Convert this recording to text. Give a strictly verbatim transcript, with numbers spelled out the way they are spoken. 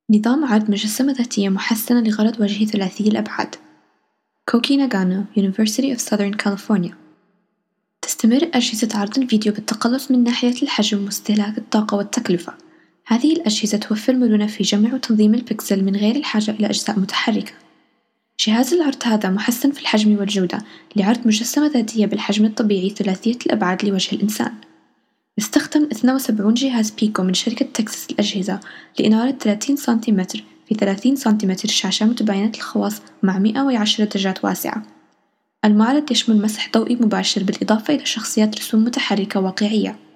نظام عرض مجسمة ذاتية محسنة لغرض وجهي ثلاثي الأبعاد. كوكي ناغانو، University of Southern California. تستمر أجهزة عرض الفيديو بالتقلص من ناحية الحجم واستهلاك الطاقة والتكلفة. هذه الأجهزة توفر مرونة في جمع وتنظيم البكسل من غير الحاجة إلى أجزاء متحركة. جهاز العرض هذا محسن في الحجم والجودة لعرض مجسمة ذاتية بالحجم الطبيعي ثلاثية الأبعاد لوجه الإنسان. يستخدم اثنين وسبعين جهاز بيكو من شركة تكساس للأجهزة لإنارة ثلاثين سنتيمتر في ثلاثين سنتيمتر شاشة متباينة الخواص مع مئة وعشرة درجات واسعة. المعرض يشمل مسح ضوئي مباشر بالإضافة إلى شخصيات رسوم متحركة واقعية.